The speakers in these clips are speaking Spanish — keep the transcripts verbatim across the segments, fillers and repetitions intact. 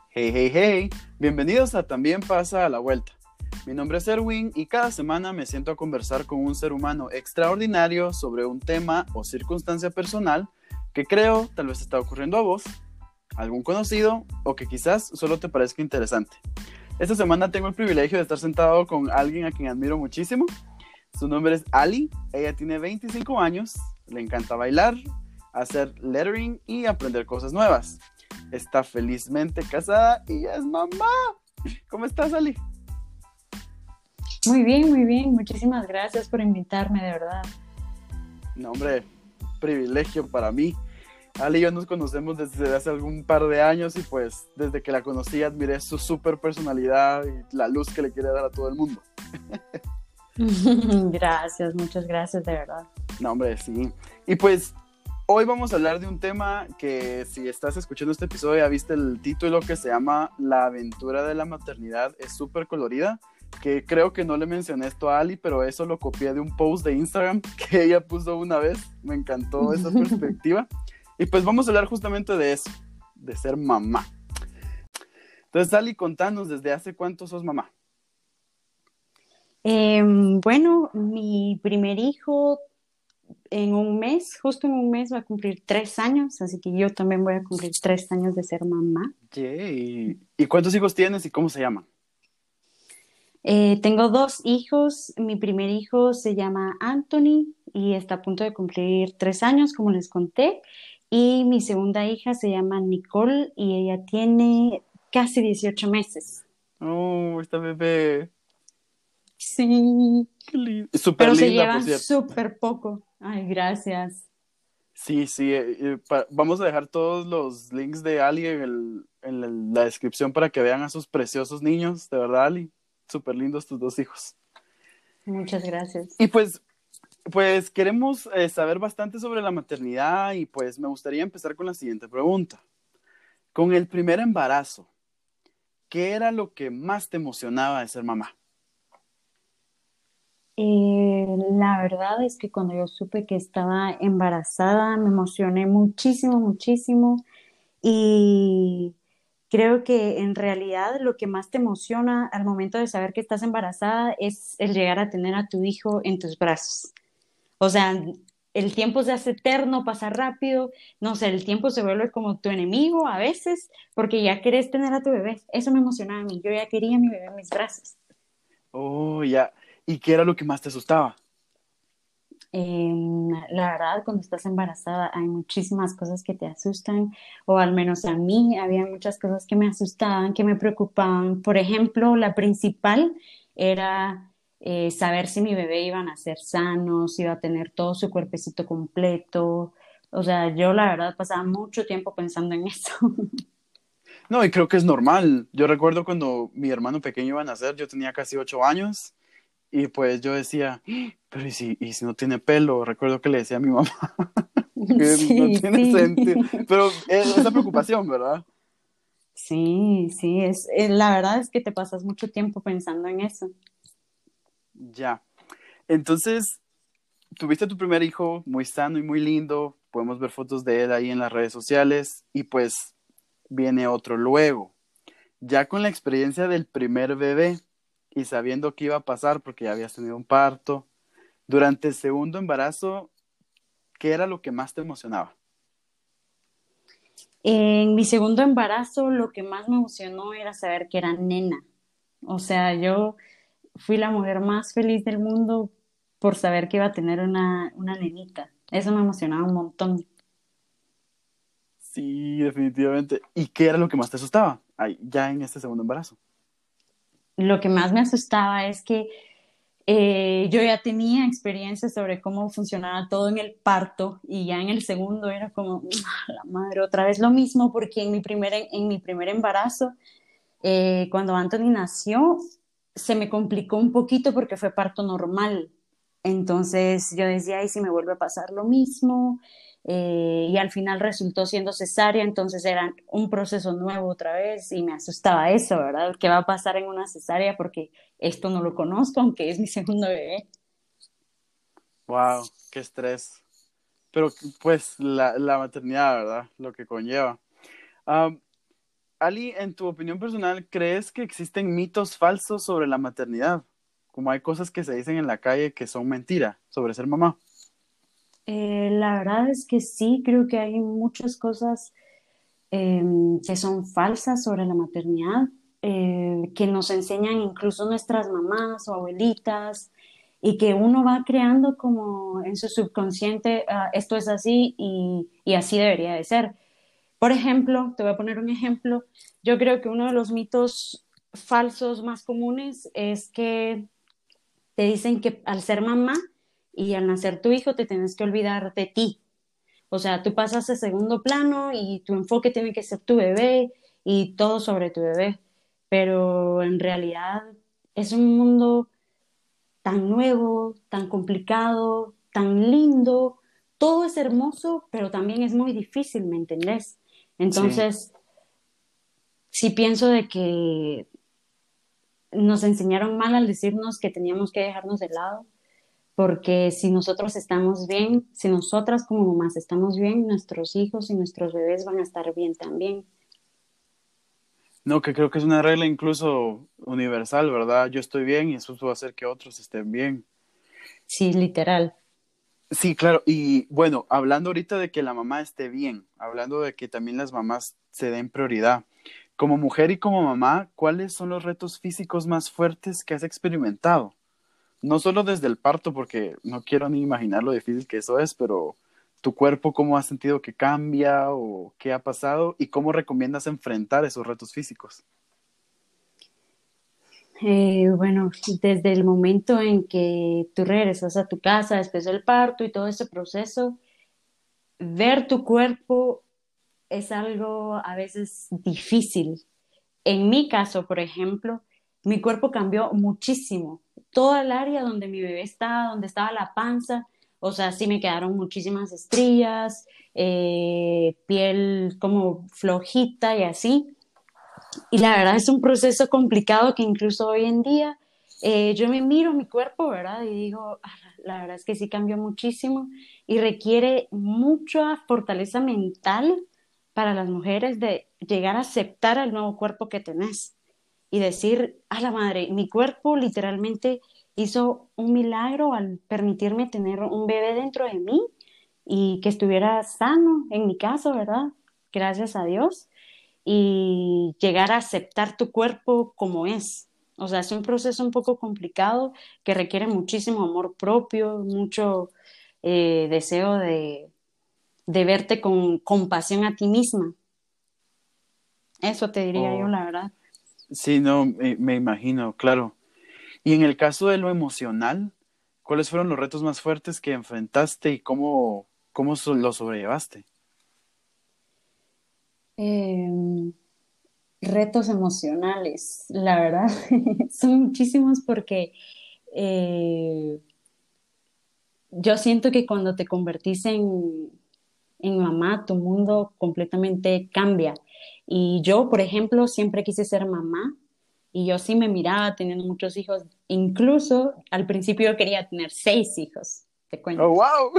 Hey, hey, hey, bienvenidos a También pasa a la vuelta. Mi nombre es Erwin y cada semana me siento a conversar con un ser humano extraordinario sobre un tema o circunstancia personal que creo tal vez está ocurriendo a vos, algún conocido o que quizás solo te parezca interesante. Esta semana tengo el privilegio de estar sentado con alguien a quien admiro muchísimo. Su nombre es Ali, ella tiene veinticinco años, le encanta bailar, hacer lettering y aprender cosas nuevas. Está felizmente casada y ya es mamá. ¿Cómo estás, Ali? Muy bien, muy bien. Muchísimas gracias por invitarme, de verdad. No, hombre, privilegio para mí. Ali y yo nos conocemos desde hace algún par de años y pues desde que la conocí admiré su súper personalidad y la luz que le quiere dar a todo el mundo. Gracias, muchas gracias, de verdad. No, hombre, sí. Y pues hoy vamos a hablar de un tema que si estás escuchando este episodio ya viste el título, que se llama La aventura de la maternidad es súper colorida, que creo que no le mencioné esto a Ali, pero eso lo copié de un post de Instagram que ella puso una vez. Me encantó esa perspectiva. Y pues vamos a hablar justamente de eso, de ser mamá. Entonces, Ali, contanos, ¿desde hace cuánto sos mamá? Eh, bueno, mi primer hijo en un mes, justo en un mes va a cumplir tres años, así que yo también voy a cumplir tres años de ser mamá. Yay. ¿Y cuántos hijos tienes y cómo se llaman? Eh, tengo dos hijos. Mi primer hijo se llama Anthony y está a punto de cumplir tres años, como les conté. Y mi segunda hija se llama Nicole y ella tiene casi dieciocho meses. Oh, esta bebé. Sí, Qué linda. Súper pero se linda, por llevan cierto. súper poco. Ay, gracias. Sí, sí, eh, eh, pa- vamos a dejar todos los links de Ali en, el, en el- la descripción para que vean a sus preciosos niños, de verdad, Ali, súper lindos tus dos hijos. Muchas gracias. Y pues, pues queremos eh, saber bastante sobre la maternidad y pues me gustaría empezar con la siguiente pregunta. Con el primer embarazo, ¿qué era lo que más te emocionaba de ser mamá? Eh, la verdad es que cuando yo supe que estaba embarazada me emocioné muchísimo, muchísimo y creo que en realidad lo que más te emociona al momento de saber que estás embarazada es el llegar a tener a tu hijo en tus brazos. O sea, el tiempo se hace eterno, pasa rápido, no sé, el tiempo se vuelve como tu enemigo a veces porque ya querés tener a tu bebé. Eso me emocionaba a mí, yo ya quería a mi bebé en mis brazos. Oh, ya. ¿Y qué era lo que más te asustaba? Eh, la verdad, cuando estás embarazada hay muchísimas cosas que te asustan, o al menos a mí había muchas cosas que me asustaban, que me preocupaban. Por ejemplo, la principal era eh, saber si mi bebé iba a nacer sano, si iba a tener todo su cuerpecito completo. O sea, yo la verdad pasaba mucho tiempo pensando en eso. No, y creo que es normal. Yo recuerdo cuando mi hermano pequeño iba a nacer, yo tenía casi ocho años. Y pues yo decía, "Ah, pero ¿y si, y si no tiene pelo?" Recuerdo que le decía a mi mamá que no Sí, tiene sí. sentido. Pero eh, esa preocupación, ¿verdad? Sí, sí, es, eh, la verdad es que te pasas mucho tiempo pensando en eso. Ya. Entonces, tuviste tu primer hijo muy sano y muy lindo. Podemos ver fotos de él ahí en las redes sociales. Y pues viene otro luego. Ya con la experiencia del primer bebé y sabiendo qué iba a pasar porque ya habías tenido un parto, durante el segundo embarazo, ¿qué era lo que más te emocionaba? En mi segundo embarazo, lo que más me emocionó era saber que era nena. O sea, yo fui la mujer más feliz del mundo por saber que iba a tener una, una nenita. Eso me emocionaba un montón. Sí, definitivamente. ¿Y qué era lo que más te asustaba? Ay, ya en este segundo embarazo. Lo que más me asustaba es que eh, yo ya tenía experiencia sobre cómo funcionaba todo en el parto y ya en el segundo era como, "Ah, la madre, otra vez lo mismo", porque en mi primer, en mi primer embarazo Eh, cuando Anthony nació, se me complicó un poquito porque fue parto normal. Entonces yo decía, ay, si me vuelve a pasar lo mismo. Eh, y al final resultó siendo cesárea, entonces era un proceso nuevo otra vez y me asustaba eso, ¿verdad? ¿Qué va a pasar en una cesárea? Porque esto no lo conozco, aunque es mi segundo bebé. Wow, qué estrés. Pero pues la, la maternidad, ¿verdad? Lo que conlleva. Am, Ali, en tu opinión personal, ¿crees que existen mitos falsos sobre la maternidad? Como hay cosas que se dicen en la calle que son mentira sobre ser mamá. Eh, la verdad es que sí, creo que hay muchas cosas eh, que son falsas sobre la maternidad, eh, que nos enseñan incluso nuestras mamás o abuelitas, y que uno va creando como en su subconsciente, ah, esto es así y, y así debería de ser. Por ejemplo, te voy a poner un ejemplo. Yo creo que uno de los mitos falsos más comunes es que te dicen que al ser mamá y al nacer tu hijo te tienes que olvidar de ti. O sea, tú pasas a segundo plano y tu enfoque tiene que ser tu bebé y todo sobre tu bebé. Pero en realidad es un mundo tan nuevo, tan complicado, tan lindo. Todo es hermoso, pero también es muy difícil, ¿me entendés? Sí. Entonces, sí pienso de que nos enseñaron mal al decirnos que teníamos que dejarnos de lado, porque si nosotros estamos bien, si nosotras como mamás estamos bien, nuestros hijos y nuestros bebés van a estar bien también. No, que creo que es una regla incluso universal, ¿verdad? Yo estoy bien y eso va a hacer que otros estén bien. Sí, literal. Sí, claro. Y bueno, hablando ahorita de que la mamá esté bien, hablando de que también las mamás se den prioridad. Como mujer y como mamá, ¿cuáles son los retos físicos más fuertes que has experimentado? No solo desde el parto, porque no quiero ni imaginar lo difícil que eso es, pero tu cuerpo, ¿cómo has sentido que cambia o qué ha pasado y cómo recomiendas enfrentar esos retos físicos? Eh, bueno, desde el momento en que tú regresas a tu casa después del parto y todo ese proceso, ver tu cuerpo es algo a veces difícil. En mi caso, por ejemplo, mi cuerpo cambió muchísimo. Toda el área donde mi bebé estaba, donde estaba la panza, o sea, sí me quedaron muchísimas estrías, eh, piel como flojita y así. Y la verdad es un proceso complicado que incluso hoy en día eh, yo me miro mi cuerpo, ¿verdad? Y digo, "Ah, la verdad es que sí cambió muchísimo y requiere mucha fortaleza mental para las mujeres de llegar a aceptar el nuevo cuerpo que tenés y decir, a la madre, mi cuerpo literalmente hizo un milagro al permitirme tener un bebé dentro de mí y que estuviera sano, en mi caso, ¿verdad? Gracias a Dios y llegar a aceptar tu cuerpo como es. O sea, es un proceso un poco complicado que requiere muchísimo amor propio, mucho eh, deseo de, de verte con compasión a ti misma. Eso te diría yo, O la verdad. sí, no, me, me imagino, claro. Y en el caso de lo emocional, ¿cuáles fueron los retos más fuertes que enfrentaste y cómo, cómo so- lo sobrellevaste? Eh, retos emocionales, la verdad, son muchísimos porque eh, yo siento que cuando te convertís en, en mamá, tu mundo completamente cambia. Y yo, por ejemplo, siempre quise ser mamá y yo sí me miraba teniendo muchos hijos. Incluso al principio yo quería tener seis hijos, te Oh, cuento. wow.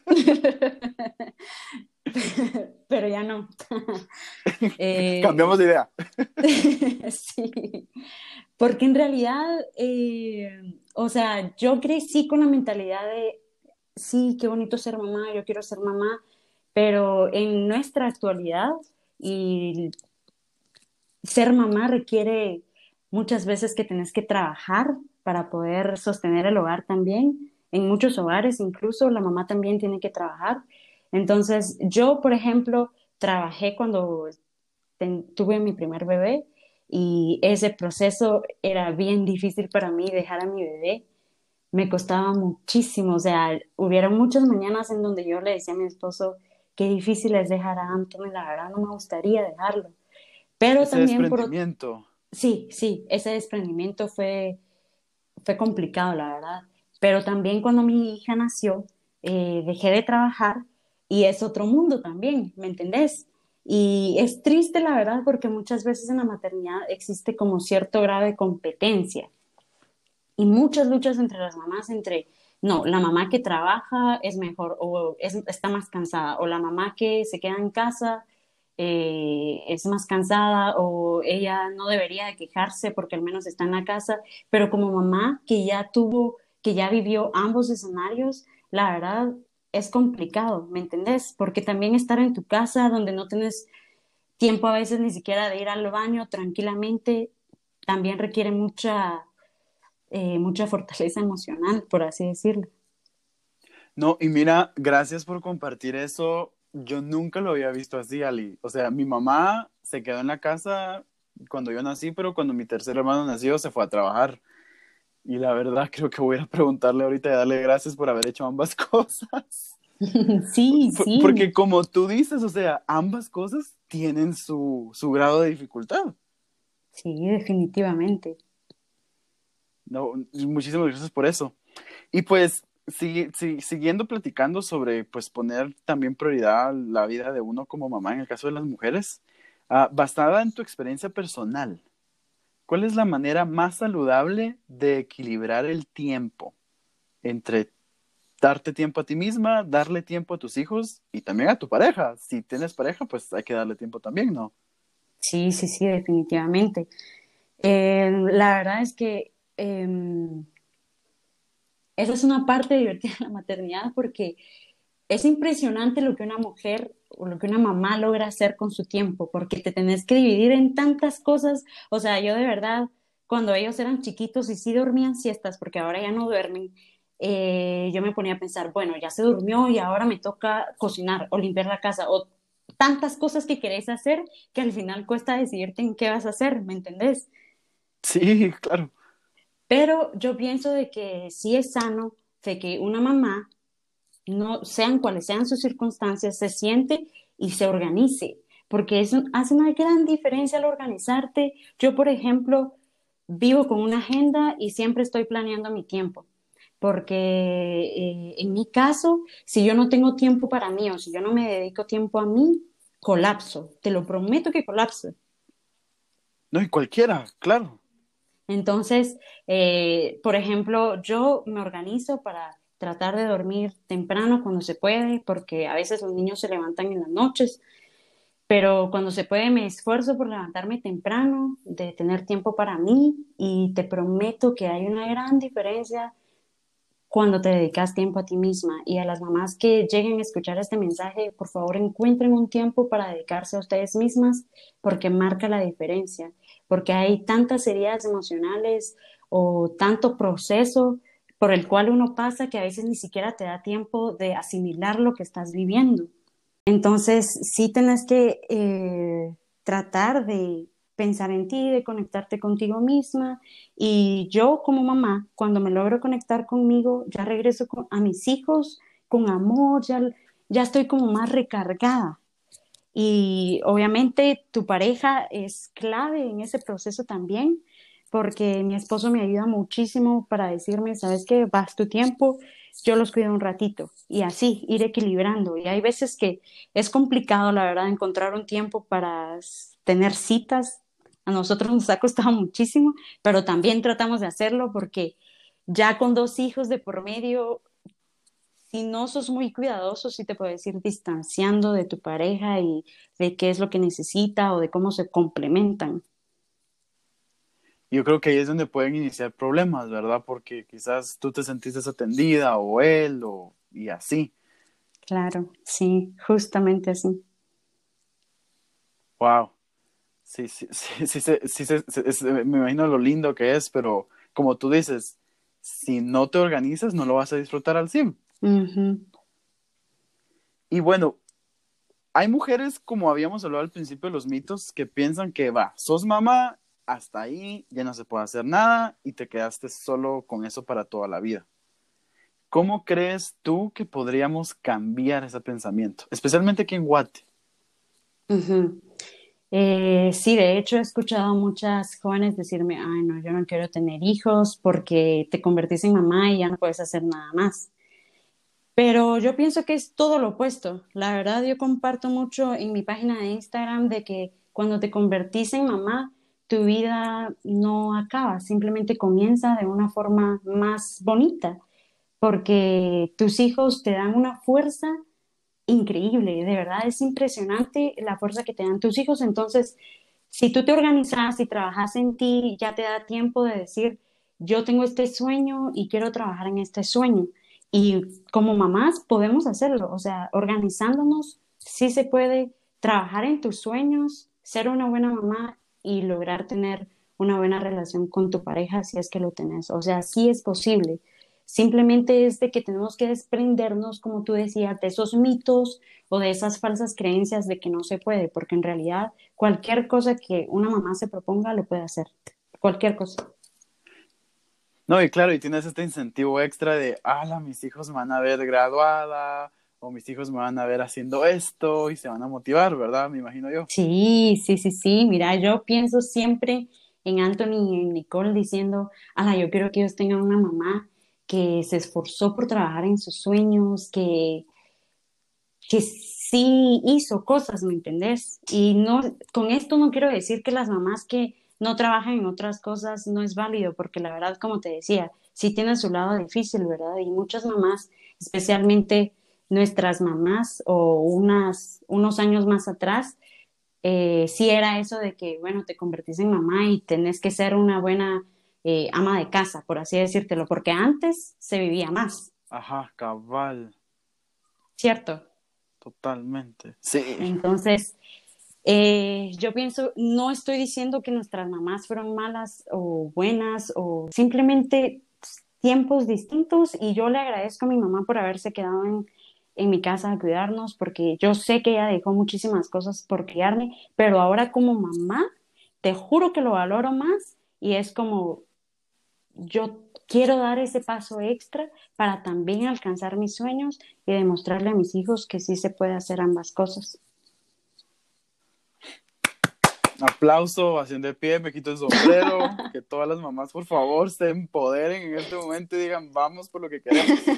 Pero ya no. Cambiamos Eh, de idea. sí, porque en realidad, eh, o sea, yo crecí con la mentalidad de, sí, qué bonito ser mamá, yo quiero ser mamá, pero en nuestra actualidad y ser mamá requiere muchas veces que tenés que trabajar para poder sostener el hogar también. En muchos hogares incluso la mamá también tiene que trabajar. Entonces, yo, por ejemplo, trabajé cuando ten- tuve mi primer bebé y ese proceso era bien difícil para mí, dejar a mi bebé. Me costaba muchísimo, o sea, hubieron muchas mañanas en donde yo le decía a mi esposo, qué difícil es dejar a Anthony, la verdad no me gustaría dejarlo. Pero Ese también por, ot- desprendimiento. sí, sí, ese desprendimiento fue, fue complicado, la verdad. Pero también cuando mi hija nació, eh, dejé de trabajar y es otro mundo también, ¿me entendés? Y es triste, la verdad, porque muchas veces en la maternidad existe como cierto grado de competencia y muchas luchas entre las mamás, entre, no, la mamá que trabaja es mejor o es- está más cansada, o la mamá que se queda en casa eh, es más cansada o ella no debería de quejarse porque al menos está en la casa, pero como mamá que ya tuvo, que ya vivió ambos escenarios, la verdad es complicado, ¿me entendés? Porque también estar en tu casa donde no tienes tiempo a veces ni siquiera de ir al baño tranquilamente, también requiere mucha, eh, mucha fortaleza emocional, por así decirlo. No, y mira, gracias por compartir eso. Yo nunca lo había visto así, Ali. O sea, mi mamá se quedó en la casa cuando yo nací, pero cuando mi tercer hermano nació se fue a trabajar. Y la verdad creo que voy a preguntarle ahorita y darle gracias por haber hecho ambas cosas. Sí, Por- sí, Porque como tú dices, o sea, ambas cosas tienen su, su grado de dificultad. sí, definitivamente. No, muchísimas gracias por eso. Y pues, sigui- si- siguiendo platicando sobre, pues, poner también prioridad a la vida de uno como mamá en el caso de las mujeres, ah, basada en tu experiencia personal, ¿cuál es la manera más saludable de equilibrar el tiempo entre darte tiempo a ti misma, darle tiempo a tus hijos y también a tu pareja? Si tienes pareja, pues hay que darle tiempo también, ¿no? Sí, sí, sí, definitivamente. Eh, la verdad es que eh, esa es una parte divertida de la maternidad porque es impresionante lo que una mujer o lo que una mamá logra hacer con su tiempo, porque te tenés que dividir en tantas cosas. O sea, yo de verdad, cuando ellos eran chiquitos y sí dormían siestas, porque ahora ya no duermen, eh, yo me ponía a pensar, bueno, ya se durmió y ahora me toca cocinar o limpiar la casa o tantas cosas que querés hacer que al final cuesta decidirte en qué vas a hacer, ¿me entendés? Sí, claro. Pero yo pienso de que sí es sano de que una mamá no sean cuales sean sus circunstancias, se siente y se organice, porque eso hace una gran diferencia al organizarte. Yo, por ejemplo, vivo con una agenda y siempre estoy planeando mi tiempo, porque eh, en mi caso, si yo no tengo tiempo para mí o si yo no me dedico tiempo a mí, colapso, te lo prometo que colapso. No, y cualquiera, claro. Entonces, eh, por ejemplo, yo me organizo para tratar de dormir temprano cuando se puede, porque a veces los niños se levantan en las noches, pero cuando se puede me esfuerzo por levantarme temprano, de tener tiempo para mí y te prometo que hay una gran diferencia cuando te dedicas tiempo a ti misma. Y a las mamás que lleguen a escuchar este mensaje, por favor encuentren un tiempo para dedicarse a ustedes mismas porque marca la diferencia, porque hay tantas heridas emocionales o tanto proceso por el cual uno pasa que a veces ni siquiera te da tiempo de asimilar lo que estás viviendo. Entonces, sí tenés que eh, tratar de pensar en ti, de conectarte contigo misma. Y yo como mamá, cuando me logro conectar conmigo, ya regreso con- a mis hijos con amor, ya, ya estoy como más recargada. Y obviamente tu pareja es clave en ese proceso también, porque mi esposo me ayuda muchísimo para decirme, ¿sabes qué? Vas tu tiempo, yo los cuido un ratito y así ir equilibrando. Y hay veces que es complicado, la verdad, encontrar un tiempo para s- tener citas. A nosotros nos ha costado muchísimo, pero también tratamos de hacerlo porque ya con dos hijos de por medio, si no sos muy cuidadoso, sí te puedes ir distanciando de tu pareja y de qué es lo que necesita o de cómo se complementan. Yo creo que ahí es donde pueden iniciar problemas, ¿verdad? Porque quizás tú te sentís desatendida o él o y así. Claro, sí, justamente así. Wow. Sí, sí, sí, sí, sí, sí, sí, sí, es- me imagino lo lindo que es, pero como tú dices, si no te organizas, no lo vas a disfrutar al cien. Ujú. Y bueno, hay mujeres, como habíamos hablado al principio de los mitos, que piensan que va, sos mamá, hasta ahí ya no se puede hacer nada y te quedaste solo con eso para toda la vida. ¿Cómo crees tú que podríamos cambiar ese pensamiento? Especialmente aquí en Guate. Ujú. Eh, sí, de hecho he escuchado a muchas jóvenes decirme, ay, no, yo no quiero tener hijos porque te convertís en mamá y ya no puedes hacer nada más. Pero yo pienso que es todo lo opuesto. La verdad, yo comparto mucho en mi página de Instagram de que cuando te convertís en mamá, tu vida no acaba, simplemente comienza de una forma más bonita, porque tus hijos te dan una fuerza increíble, de verdad es impresionante la fuerza que te dan tus hijos. Entonces, si tú te organizas y trabajas en ti, ya te da tiempo de decir, yo tengo este sueño y quiero trabajar en este sueño. Y como mamás podemos hacerlo, o sea, organizándonos, sí se puede trabajar en tus sueños, ser una buena mamá y lograr tener una buena relación con tu pareja si es que lo tenés. O sea, sí es posible. Simplemente es de que tenemos que desprendernos, como tú decías, de esos mitos o de esas falsas creencias de que no se puede, porque en realidad cualquier cosa que una mamá se proponga lo puede hacer. Cualquier cosa. No, y claro, y tienes este incentivo extra de, ala, mis hijos me van a ver graduada, o mis hijos me van a ver haciendo esto, y se van a motivar, ¿verdad? Me imagino yo. Sí, sí, sí, sí. Mira, yo pienso siempre en Anthony y en Nicole diciendo, ala, yo quiero que ellos tengan una mamá que se esforzó por trabajar en sus sueños, que que sí hizo cosas, ¿me entendés? Y no, con esto no quiero decir que las mamás que no trabajan en otras cosas no es válido, porque la verdad, como te decía, sí tiene su lado difícil, ¿verdad? Y muchas mamás, especialmente nuestras mamás o unas, unos años más atrás, eh, sí era eso de que, bueno, te convertís en mamá y tenés que ser una buena eh, ama de casa, por así decírtelo, porque antes se vivía más, Ajá, cabal, ¿cierto? totalmente. Sí. Entonces, Eh, yo pienso, no estoy diciendo que nuestras mamás fueron malas o buenas o simplemente tiempos distintos y yo le agradezco a mi mamá por haberse quedado en, en mi casa a cuidarnos porque yo sé que ella dejó muchísimas cosas por criarme, pero ahora como mamá, te juro que lo valoro más y es como yo quiero dar ese paso extra para también alcanzar mis sueños y demostrarle a mis hijos que sí se puede hacer ambas cosas. Aplauso, haciendo de pie, me quito el sombrero, que todas las mamás, por favor, se empoderen en este momento y digan, vamos por lo que queremos.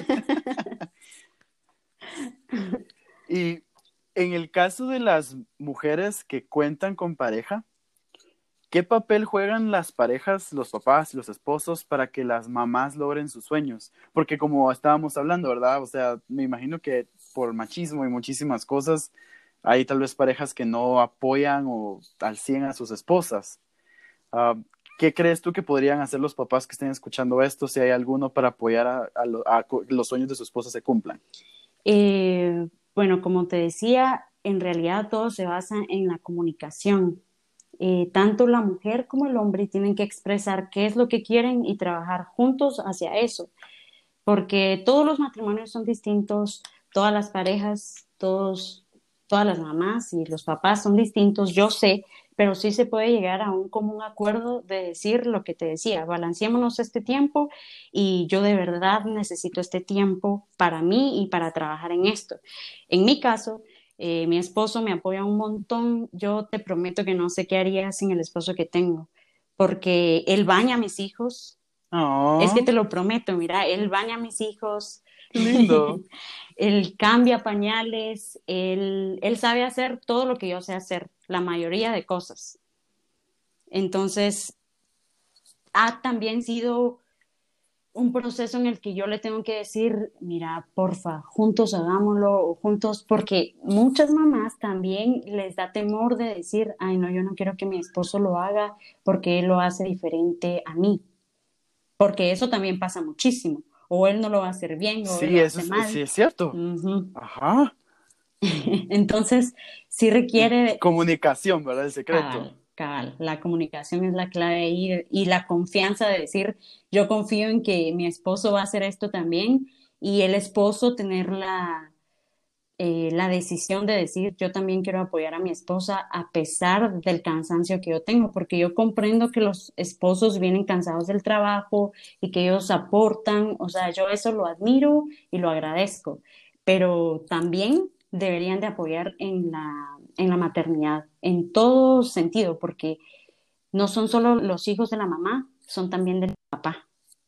Y en el caso de las mujeres que cuentan con pareja, ¿qué papel juegan las parejas, los papás, los esposos para que las mamás logren sus sueños? Porque como estábamos hablando, ¿verdad? O sea, me imagino que por machismo y muchísimas cosas, hay tal vez parejas que no apoyan o al cien a sus esposas. Uh, ¿Qué crees tú que podrían hacer los papás que estén escuchando esto, si hay alguno para apoyar a, a, lo, a los sueños de su esposa se cumplan? Eh, bueno, como te decía, en realidad todo se basa en la comunicación. Eh, tanto la mujer como el hombre tienen que expresar qué es lo que quieren y trabajar juntos hacia eso, porque todos los matrimonios son distintos, todas las parejas, todos, todas las mamás y los papás son distintos, yo sé, pero sí se puede llegar a un común acuerdo de decir lo que te decía, balanceémonos este tiempo y yo de verdad necesito este tiempo para mí y para trabajar en esto. En mi caso, eh, mi esposo me apoya un montón, yo te prometo que no sé qué haría sin el esposo que tengo, porque él baña a mis hijos, es que Oh, te lo prometo, mira, él baña a mis hijos, qué lindo. él cambia pañales, él, él sabe hacer todo lo que yo sé hacer, la mayoría de cosas. Entonces, ha también sido un proceso en el que yo le tengo que decir, mira, porfa, juntos hagámoslo, o juntos, porque muchas mamás también les da temor de decir, ay, no, yo no quiero que mi esposo lo haga porque él lo hace diferente a mí. Porque eso también pasa muchísimo. O él no lo va a hacer bien o él Sí, lo eso hace es, mal. sí es cierto. Ujú. Ajá. Entonces, sí requiere Comunicación, ¿verdad? El secreto. cabal, cabal. La comunicación es la clave y, y la confianza de decir, yo confío en que mi esposo va a hacer esto también y el esposo tener la, eh, la decisión de decir, yo también quiero apoyar a mi esposa a pesar del cansancio que yo tengo, porque yo comprendo que los esposos vienen cansados del trabajo y que ellos aportan, o sea, yo eso lo admiro y lo agradezco, pero también deberían de apoyar en la, en la maternidad, en todo sentido, porque no son solo los hijos de la mamá, son también del papá.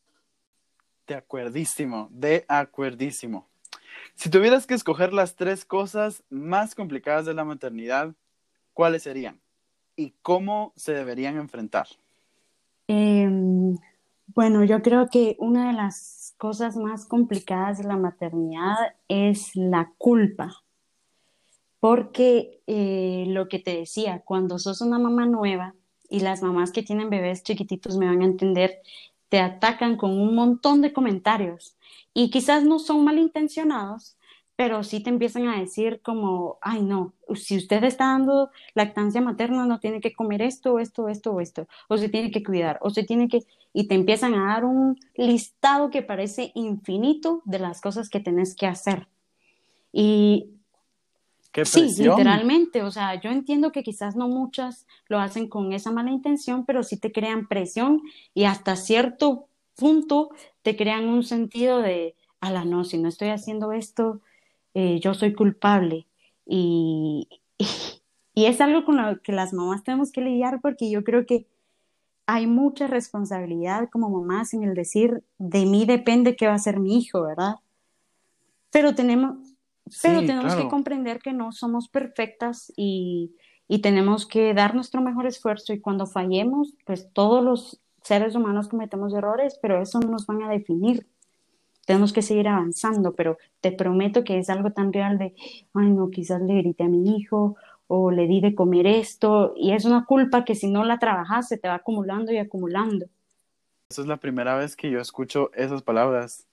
De acuerdísimo, de acuerdísimo. Si tuvieras que escoger las tres cosas más complicadas de la maternidad, ¿cuáles serían? ¿Y cómo se deberían enfrentar? Eh, bueno, yo creo que una de las cosas más complicadas de la maternidad es la culpa. porque eh, lo que te decía, cuando sos una mamá nueva y las mamás que tienen bebés chiquititos me van a entender, te atacan con un montón de comentarios y quizás no son malintencionados, pero sí te empiezan a decir como, ay no, si usted está dando lactancia materna no tiene que comer esto, esto, esto o esto, o se tiene que cuidar, o se tiene que, y te empiezan a dar un listado que parece infinito de las cosas que tenés que hacer. Y ¡Qué sí, presión! literalmente, o sea, yo entiendo que quizás no muchas lo hacen con esa mala intención, pero sí te crean presión y hasta cierto punto te crean un sentido de, ala, no, si no estoy haciendo esto, eh, yo soy culpable. Y, y, y es algo con lo que las mamás tenemos que lidiar porque yo creo que hay mucha responsabilidad como mamás en el decir, de mí depende qué va a ser mi hijo, ¿verdad? Pero tenemos, pero Sí, tenemos que claro. comprender que no somos perfectas y, y tenemos que dar nuestro mejor esfuerzo y cuando fallemos, pues todos los seres humanos cometemos errores, pero eso no nos van a definir. Tenemos que seguir avanzando, pero te prometo que es algo tan real de, ay no, quizás le grité a mi hijo o le di de comer esto y es una culpa que si no la trabajas se te va acumulando y acumulando. Eso es la primera vez que yo escucho esas palabras.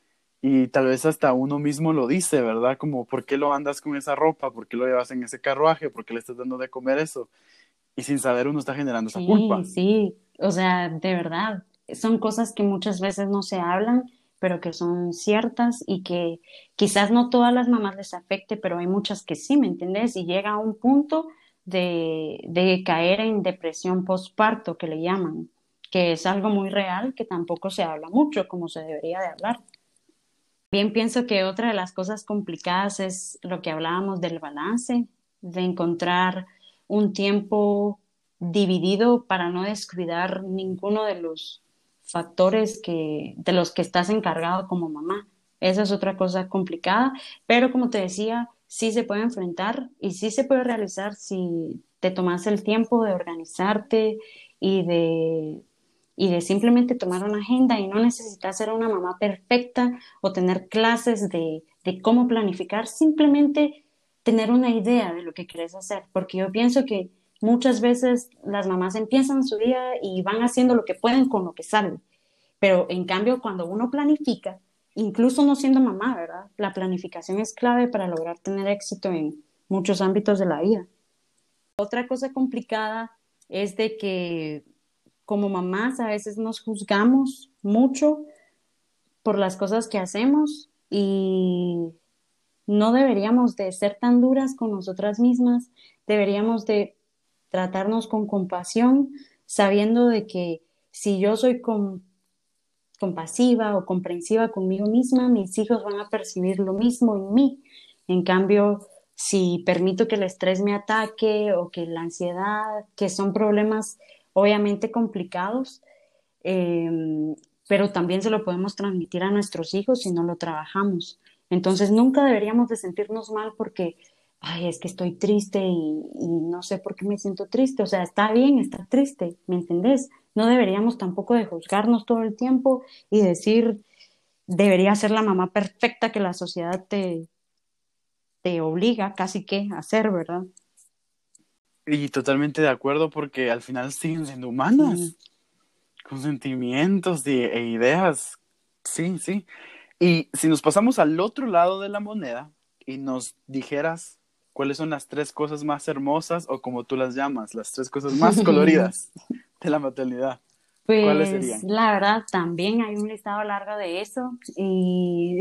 Y tal vez hasta uno mismo lo dice, ¿verdad? Como, ¿por qué lo andas con esa ropa? ¿Por qué lo llevas en ese carruaje? ¿Por qué le estás dando de comer eso? Y sin saber uno está generando esa Sí, culpa. sí, o sea, de verdad, son cosas que muchas veces no se hablan, pero que son ciertas y que quizás no todas las mamás les afecte, pero hay muchas que sí, ¿me entendés? Y llega a un punto de, de caer en depresión postparto, que le llaman, que es algo muy real, que tampoco se habla mucho como se debería de hablar. Bien pienso que otra de las cosas complicadas es lo que hablábamos del balance, de encontrar un tiempo dividido para no descuidar ninguno de los factores que, de los que estás encargado como mamá. Esa es otra cosa complicada, pero como te decía, sí se puede enfrentar y sí se puede realizar si te tomas el tiempo de organizarte y de, y de simplemente tomar una agenda y no necesitas ser una mamá perfecta o tener clases de, de cómo planificar, simplemente tener una idea de lo que quieres hacer, porque yo pienso que muchas veces las mamás empiezan su día y van haciendo lo que pueden con lo que saben, pero en cambio cuando uno planifica, incluso no siendo mamá, ¿verdad? La planificación es clave para lograr tener éxito en muchos ámbitos de la vida. Otra cosa complicada es de que como mamás a veces nos juzgamos mucho por las cosas que hacemos y no deberíamos de ser tan duras con nosotras mismas, deberíamos de tratarnos con compasión, sabiendo de que si yo soy com- compasiva o comprensiva conmigo misma, mis hijos van a percibir lo mismo en mí. En cambio, si permito que el estrés me ataque o que la ansiedad, que son problemas obviamente complicados, eh, pero también se lo podemos transmitir a nuestros hijos si no lo trabajamos. Entonces nunca deberíamos de sentirnos mal porque, ay, es que estoy triste y, y no sé por qué me siento triste. O sea, está bien estar triste, ¿me entendés? No deberíamos tampoco de juzgarnos todo el tiempo y decir, debería ser la mamá perfecta que la sociedad te, te obliga casi que a hacer, ¿verdad? Y totalmente de acuerdo porque al final siguen siendo Sí. humanas, con sentimientos y- e ideas. Sí, sí. Y si nos pasamos al otro lado de la moneda y nos dijeras cuáles son las tres cosas más hermosas o como tú las llamas, las tres cosas más coloridas de la maternidad, ¿cuáles Pues serían? la verdad también hay un listado largo de eso y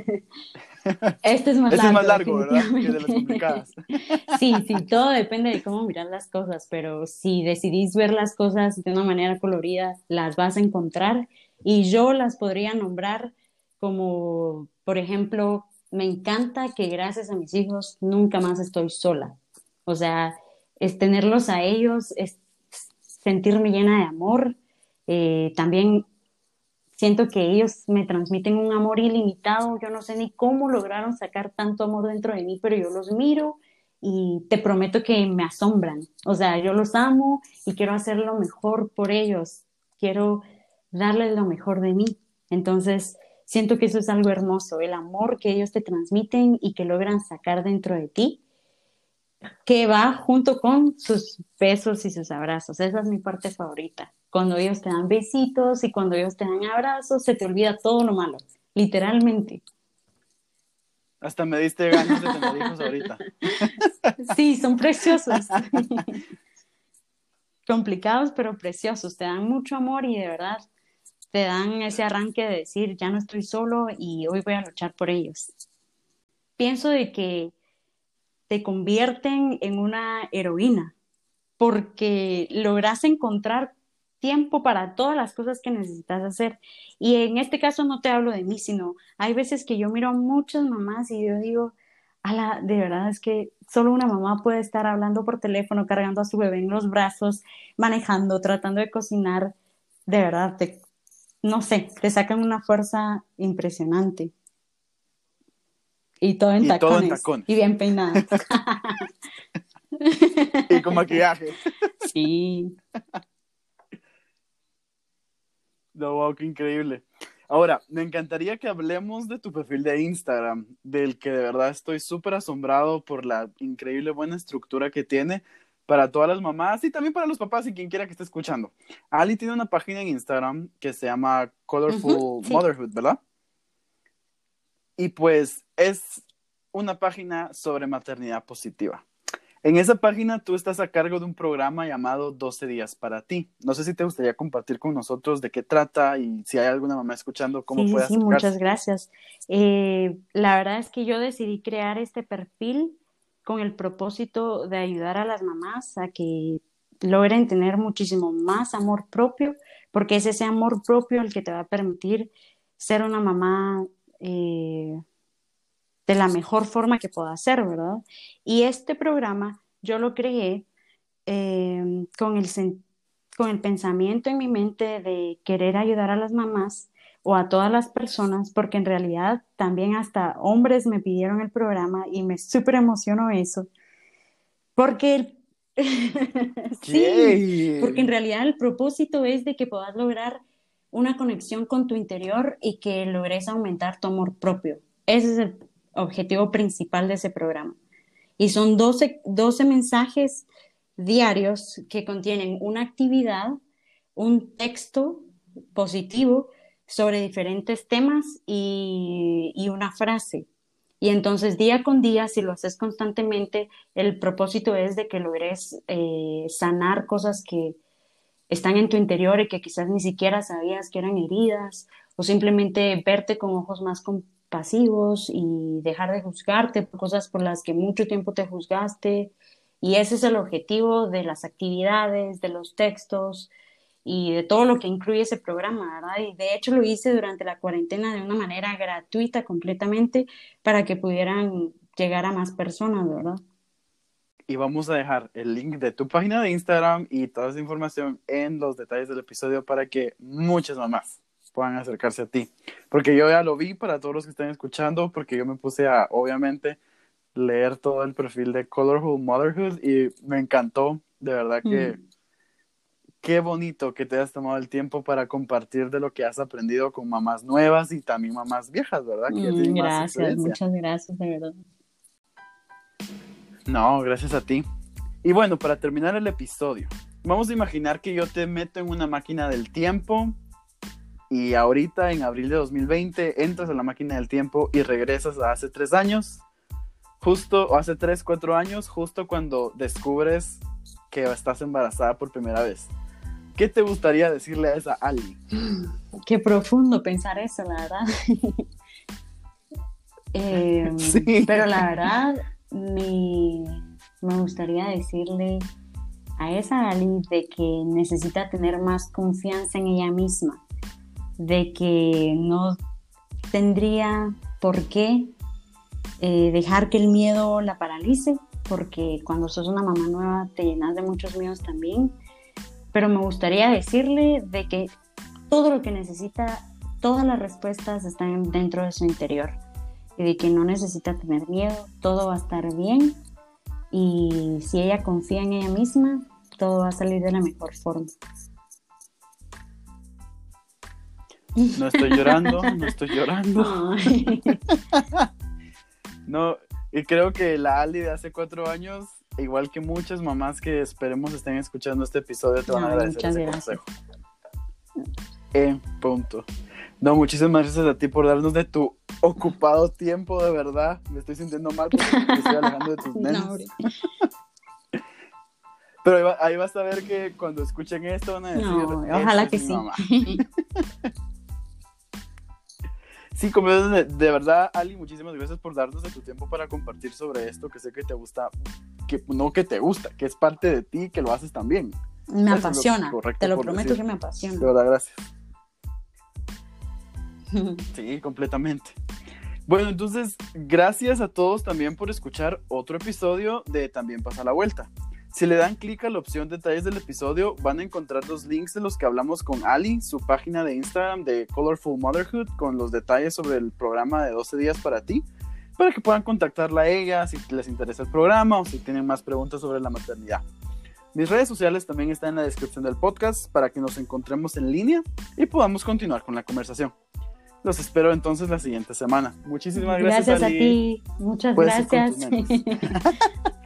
este es más Ese es más largo largo, ¿verdad? Que de las definitivamente. complicadas. Sí, sí, todo depende de cómo mirar las cosas, pero si decidís ver las cosas de una manera colorida, las vas a encontrar y yo las podría nombrar como, por ejemplo, me encanta que gracias a mis hijos nunca más estoy sola. O sea, es tenerlos a ellos, es sentirme llena de amor. Eh, también siento que ellos me transmiten un amor ilimitado. Yo no sé ni cómo lograron sacar tanto amor dentro de mí, pero yo los miro y te prometo que me asombran. O sea, yo los amo y quiero hacer lo mejor por ellos. Quiero darles lo mejor de mí. Entonces, siento que eso es algo hermoso, el amor que ellos te transmiten y que logran sacar dentro de ti. que va junto con sus besos y sus abrazos. Esa es mi parte favorita. Cuando ellos te dan besitos y cuando ellos te dan abrazos, se te olvida todo lo malo, literalmente. Hasta me diste ganas de tener hijos ahorita. Sí, son preciosos. Complicados, pero preciosos. Te dan mucho amor y de verdad te dan ese arranque de decir, ya no estoy solo y hoy voy a luchar por ellos. Pienso de que te convierten en una heroína porque logras encontrar tiempo para todas las cosas que necesitas hacer. Y en este caso no te hablo de mí, sino hay veces que yo miro a muchas mamás y yo digo, ala, de verdad es que solo una mamá puede estar hablando por teléfono, cargando a su bebé en los brazos, manejando, tratando de cocinar. De verdad, te, no sé, te sacan una fuerza impresionante. Y todo en Y todo en tacones y tacones. bien peinada. Y con maquillaje. Sí. No, wow, qué increíble. Ahora, me encantaría que hablemos de tu perfil de Instagram, del que de verdad estoy súper asombrado por la increíble buena estructura que tiene para todas las mamás y también para los papás y quien quiera que esté escuchando. Ali tiene una página en Instagram que se llama Ujú, Colorful sí. Motherhood, ¿verdad? Y pues es una página sobre maternidad positiva. En esa página tú estás a cargo de un programa llamado doce días para ti. No sé si te gustaría compartir con nosotros de qué trata y si hay alguna mamá escuchando, cómo Sí, sí, puede sí, muchas acercarse. gracias. Eh, la verdad es que yo decidí crear este perfil con el propósito de ayudar a las mamás a que logren tener muchísimo más amor propio, porque es ese amor propio el que te va a permitir ser una mamá eh, de la mejor forma que pueda ser, ¿verdad? Y este programa yo lo creé eh, con el, sen- con el pensamiento en mi mente de querer ayudar a las mamás o a todas las personas, porque en realidad también hasta hombres me pidieron el programa y me súper emocionó eso, porque el- sí, porque en ¡Yay! realidad el propósito es de que puedas lograr una conexión con tu interior y que logres aumentar tu amor propio. Ese es el objetivo principal de ese programa. Y son doce doce mensajes diarios que contienen una actividad, un texto positivo sobre diferentes temas y, y una frase. Y entonces día con día, si lo haces constantemente, el propósito es de que logres eh, sanar cosas que están en tu interior y que quizás ni siquiera sabías que eran heridas, o simplemente verte con ojos más compasivos y dejar de juzgarte por cosas por las que mucho tiempo te juzgaste. Y ese es el objetivo de las actividades, de los textos y de todo lo que incluye ese programa, ¿verdad? Y de hecho lo hice durante la cuarentena de una manera gratuita completamente para que pudieran llegar a más personas, ¿verdad? Y vamos a dejar el link de tu página de Instagram y toda esa información en los detalles del episodio para que muchas mamás puedan acercarse a ti. Porque yo ya lo vi para todos los que están escuchando, porque yo me puse a, obviamente, leer todo el perfil de Colorful Motherhood y me encantó, de verdad que Mm. qué bonito que te hayas tomado el tiempo para compartir de lo que has aprendido con mamás nuevas y también mamás viejas, ¿verdad? Que ya Mm, tienen más gracias, experiencia. muchas gracias, de verdad. No, gracias a ti. Y bueno, para terminar el episodio, vamos a imaginar que yo te meto en una máquina del tiempo y ahorita en abril de dos mil veinte entras a la máquina del tiempo y regresas a hace tres años, justo, o hace tres, cuatro años, justo cuando descubres que estás embarazada por primera vez. ¿Qué te gustaría decirle a esa Ali? Qué profundo pensar eso, la verdad. Eh, Sí. pero la verdad, me, me gustaría decirle a esa Ali de que necesita tener más confianza en ella misma, de que no tendría por qué eh, dejar que el miedo la paralice, porque cuando sos una mamá nueva te llenas de muchos miedos también. Pero me gustaría decirle de que todo lo que necesita, todas las respuestas están dentro de su interior y de que no necesita tener miedo, todo va a estar bien y si ella confía en ella misma, todo va a salir de la mejor forma. No estoy llorando, no estoy llorando. Ay. No, y creo que la Ali de hace cuatro años igual que muchas mamás que esperemos estén escuchando este episodio, te van a Ay, agradecer muchas ese gracias. consejo. En punto. No, muchísimas gracias a ti por darnos de tu ocupado tiempo, de verdad. Me estoy sintiendo mal porque te estoy alejando de tus nenes. No, hombre. Pero ahí, va, ahí vas a ver que cuando escuchen esto van a decir, No, "Esta ojalá es que mi sí. mamá". Sí, como de, de verdad, Ali, muchísimas gracias por darnos de tu tiempo para compartir sobre esto, que sé que te gusta, que no que te gusta, que es parte de ti, que lo haces también. Me Eso es lo apasiona, correcto te lo por prometo decir. que me apasiona. De verdad, gracias. Sí, completamente. Bueno, entonces, gracias a todos también por escuchar otro episodio de También Pasa la Vuelta. Si le dan clic a la opción detalles del episodio, van a encontrar los links de los que hablamos con Ali, su página de Instagram de Colorful Motherhood, con los detalles sobre el programa de doce días para ti, para que puedan contactarla a ella si les interesa el programa o si tienen más preguntas sobre la maternidad. Mis redes sociales también están en la descripción del podcast para que nos encontremos en línea y podamos continuar con la conversación. Los espero entonces la siguiente semana. Muchísimas gracias, Gracias a Ali. ti, muchas Puedes ir con gracias. tus nenes.